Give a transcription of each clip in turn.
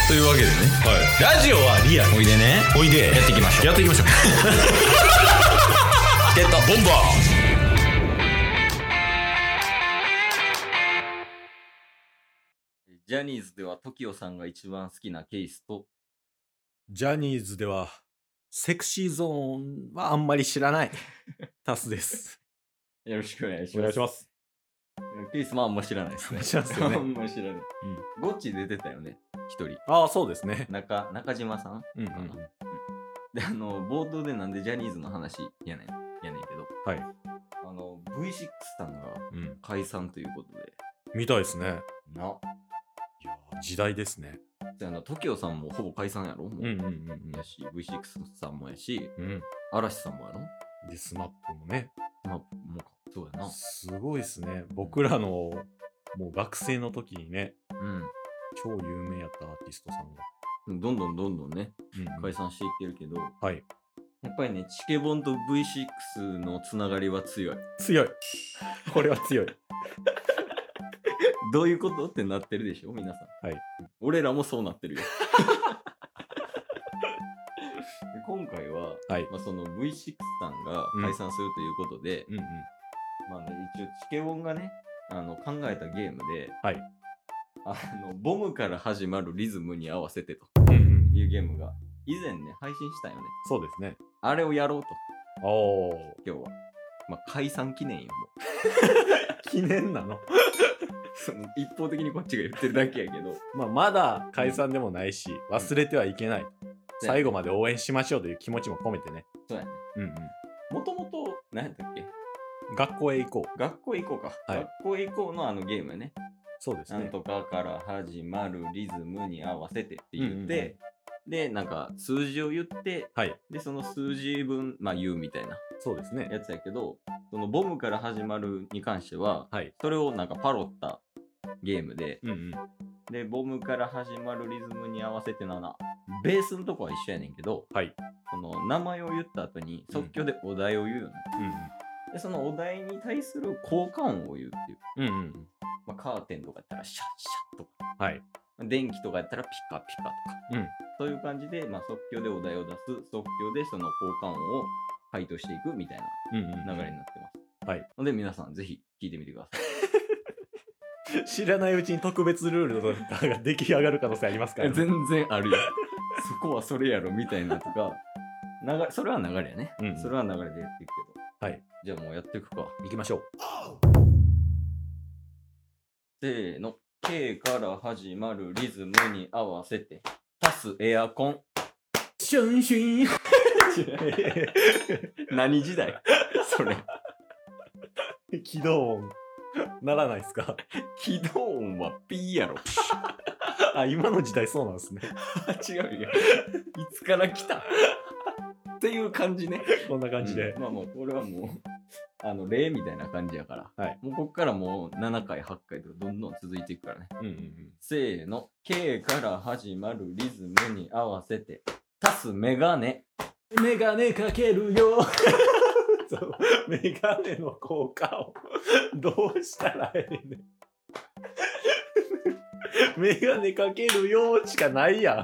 というわけでね、 はい、ラジオはリアル。 おいでね、 おいでやっていきましょう。 やっていきましょうゲットボンバー。ジャニーズでは TOKIO さんが一番好きなケースと、 ジャニーズではセクシーゾーンはあんまり知らないタスです。 よろしくお願いします。 お願いします。 ケースもあんま知らないですね。 知らないですよねあんま知らない。ゴッチ出てたよね、一人。 ああ、そうですね。 中島さん、 うんうんかな。で、冒頭でなんでジャニーズの話やねんけど、 はい。 V6 さんが解散ということで。 みたいですね。 な。 いや時代ですね。 TOKIO さんもほぼ解散やろ、もう。やし、V6 さんもやし、嵐さんもやろ。 で、スマップもね。 スマップもか。そうやな。 すごいですね。僕らのもう学生の時にね、超有名やったアーティストさんが。 どんどんね、解散していってるけど、 はい。 やっぱりね、チケボンと V6 のつながりは強い。 強い。これは強い。 どういうことってなってるでしょ、皆さん。 はい。 俺らもそうなってるよ。で今回は、 はい、 その V6 さんが解散するということで、まあね、一応チケボンがね、考えたゲームで、 はい、 ボムから始まるリズムに合わせてというゲームが以前ね、配信したよね。 そうですね。 あれをやろうと。今日は。解散記念よ、もう。記念なの一方的にこっちが言ってるだけやけど。 まだ解散でもないし、忘れてはいけない。最後まで応援しましょうという気持ちも込めてね。 そうやね。もともと、何やったっけ？ 学校へ行こう。 学校へ行こうか。はい、学校へ行こうのゲームやね。 そうですね。 なんとかから始まるリズムに合わせてって言って、で、なんか数字を言って、で、その数字分、言うみたいな。 そうですね。 やつやけど、そのボムから始まるに関しては、それをなんかパロったゲームで、で、ボムから始まるリズムに合わせてベースのとこは一緒やねんけど、その名前を言った後に即興でお題を言うよね。で、そのお題に対する効果音を言うっていう。カーテンとかやったらシャッシャッとか、電気とかやったらピカピカとか、そういう感じで、即興でお題を出す、即興でその効果音を回答していくみたいな流れになってます。ので皆さんぜひ聞いてみてください。知らないうちに特別ルールとかが出来上がる可能性ありますからね。 全然あるよ。そこはそれやろみたいなとか、それは流れやね。それは流れでやっていくけど。じゃあもうやっていくか。 行きましょう。 せーの。K から始まるリズムに合わせて足すエアコン。 シュンシュン。 何時代それ。 起動音ならないですか？ 起動音はピーやろ。 今の時代そうなんですね。 違うよ。いつから来たっていう感じね。 こんな感じで。 もうこれはもう例みたいな感じやから。もうこっからもう7回8回とかどんどん続いていくからね。せーの。K から始まるリズムに合わせて足すメガネ。 メガネかけるよ。そうメガネの効果をどうしたらええねん。メガネかけるよしかないやん。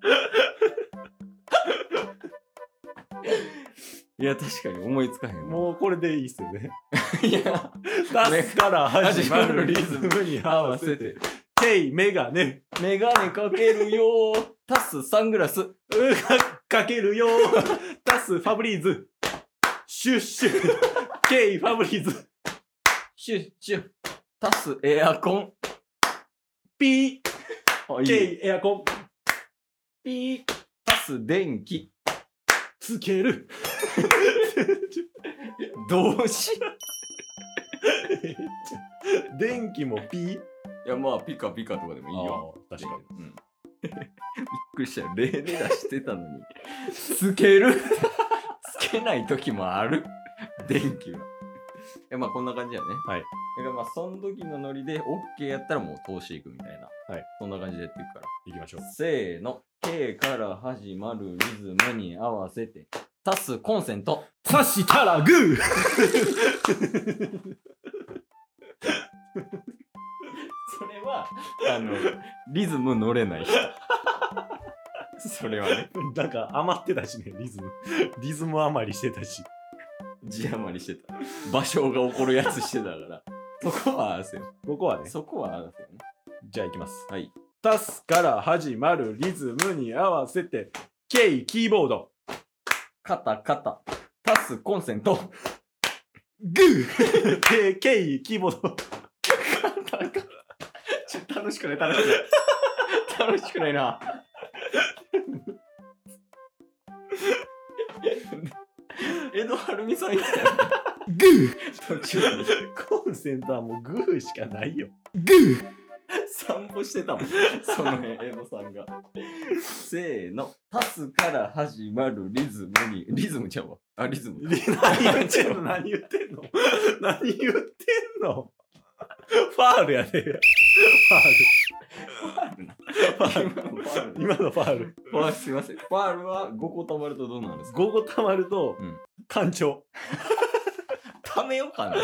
いや、確かに思いつかへん。 もうこれでいいっすよね。 いや、 出すから始まるリズムに合わせて。K メガネ。 メガネかけるよ。足すサングラス。 かけるよ。足すファブリーズ。シュッシュ。K ファブリーズ。 シュッシュ。足すエアコン。 ピー。K エアコン。 ピー。足す電気。 つける。 動詞電気もピー。 いや、ピカピカとかでもいいよ。 確かに。 びっくりしたよ。例で出してたのに。つけるつけない時もある。電気は。いや、こんな感じやね。だからその時のノリで OK やったらもう通していくみたいな。そんな感じでやっていくから。 行きましょう。 せーの。K から始まるリズムに合わせて足すコンセント。 刺したらグー。 それはリズム乗れない人。 それはね。 なんか余ってたしね、リズム余りしてたし。 字余りしてた。場所が起こるやつしてたから。そこはあれですよ。 ここはね。 そこはあれですよね。 じゃあいきます。 はい。 タスから始まるリズムに合わせて、K キーボード。 カタカタ。タスコンセント。 グーK キーボード。 楽しくない楽しくない。楽しくないな。江戸晴美さんいたよね。 グー途中でコンセントはもうグーしかないよ。 グー散歩してたもん。その辺、江戸さんが。せーの。タスから始まるリズムに。リズムちゃうわ。あ、リズム。 何言ってんの何言ってんの何言ってんのファールやで。ファール。今のファール。 すいません。ファールは5個貯まるとどうなるんですか？ 5個貯まると、干潮。 貯めようかな。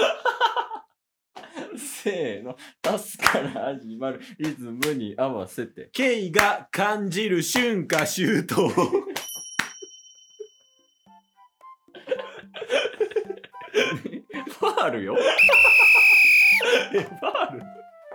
せーの。タスから始まるリズムに合わせて。 K が感じる春夏秋冬。ファールよ。 ファール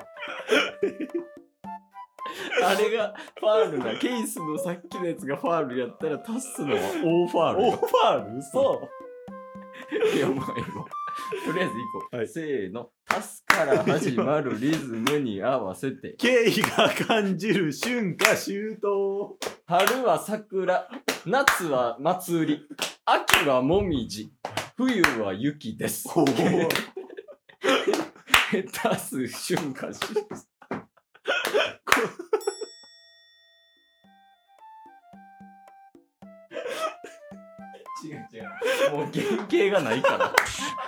あれがファールな。ケースのさっきのやつがファールやったらタスのは大ファール。 大ファール嘘いや、まあいいわ。とりあえず行こう。 はい、 せーの。タスから始まるリズムに合わせて。 K が感じる春夏秋冬。 春は桜、夏は祭り、秋はもみじ、冬は雪です。タス春夏秋冬。違う。もう原型がないから。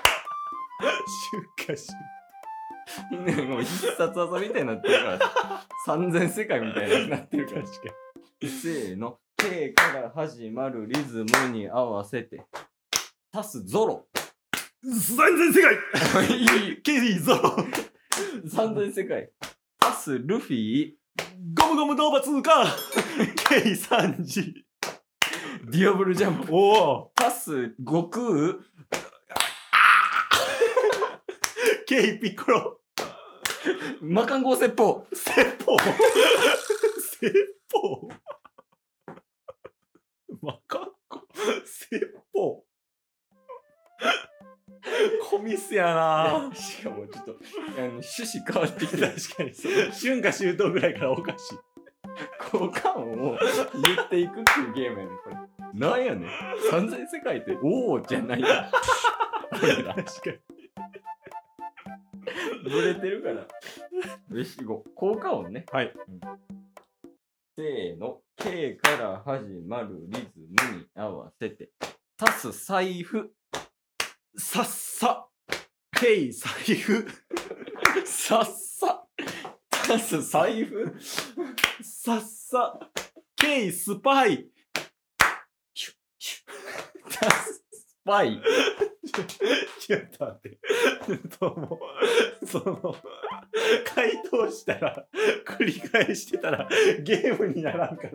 春夏秋冬。もう必殺技みたいになってるから。三千世界みたいになってるから。 確かせーの。K から始まるリズムに合わせて。タスゾロ。 三千世界いい。 K ゾロ。 三千世界。タスルフィ。 ゴムゴム動物かK 三時。 ディアブルジャンプ。 おお。 タス悟空。 K ピッコロ。 魔漢号説法。 説法。説法。魔漢号説法。コミスやな。 しかもちょっと趣旨変わってきて。 確かにそう。春夏秋冬ぐらいからおかしい。 効果音を言っていくっていうゲームやねんこれ。なんやねん。三千世界っておおじゃないやん。 確かに。 ブレてるから。よし、行こう。効果音ね。 はい。 せーの。K から始まるリズムに合わせて。タス財布。 さっさ。K 財布。 さっさ。タス財布。 さっさ。K スパイ。 タススパイ。 ちょっと待って。もう、その、回答したら、繰り返してたら、ゲームにならんから。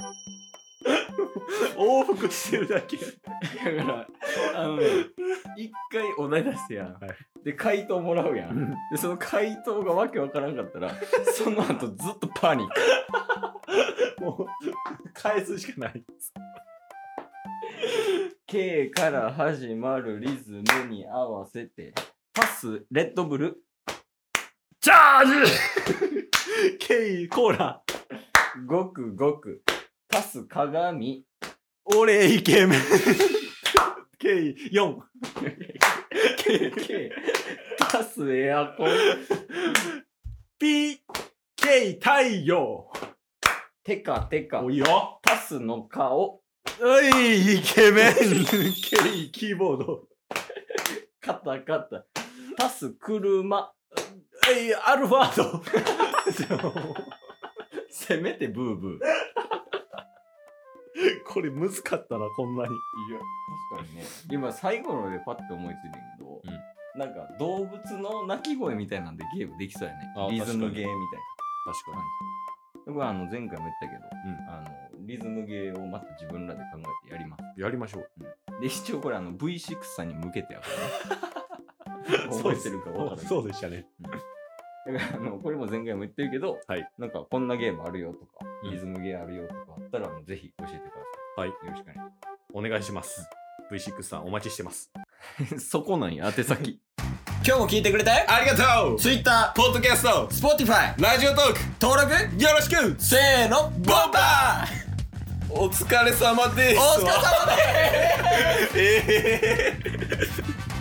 往復してるだけ。 だから一回お題出すやん、 はい、 で回答もらうやん、でその回答がわけわからんかったらその後ずっとパニック。 もう返すしかない。 K から始まるリズムに合わせて。パスレッドブル。 チャージK コーラ。 ごくごく。パス鏡。 俺イケメン。K4。 K パスエアコン。 P K 太陽。 テカテカ。 おいよ。 パスの顔。 おいイケメン。K キーボード。 カタカタ。パス車。 アルファード。 せめてブーブー。 これ難かったな、こんなに。いや、確かにね。今最後のでパッて思いついたんやけど、なんか動物の鳴き声みたいなんでゲームできそうやね。リズムゲーみたいな。 確かに。 僕は前回も言ったけど、 リズムゲーをまた自分らで考えてやります。 やりましょう。 で、一応これV6 さんに向けてやからね。覚えてるか分からない。 そうでしたね。 だからこれも前回も言ってるけど、 はい、 なんかこんなゲームあるよとか、リズムゲーあるよとかあったらぜひ教えてください。 はい。 よろしくお願いします。V6 さんお待ちしてます。 そこなんや、宛先。 今日も聞いてくれてありがとう。 Twitter、 ポッドキャスト、 Spotify、 ラジオトーク登録よろしく。 せーの、ボンバー。 お疲れ様です。 お疲れ様です。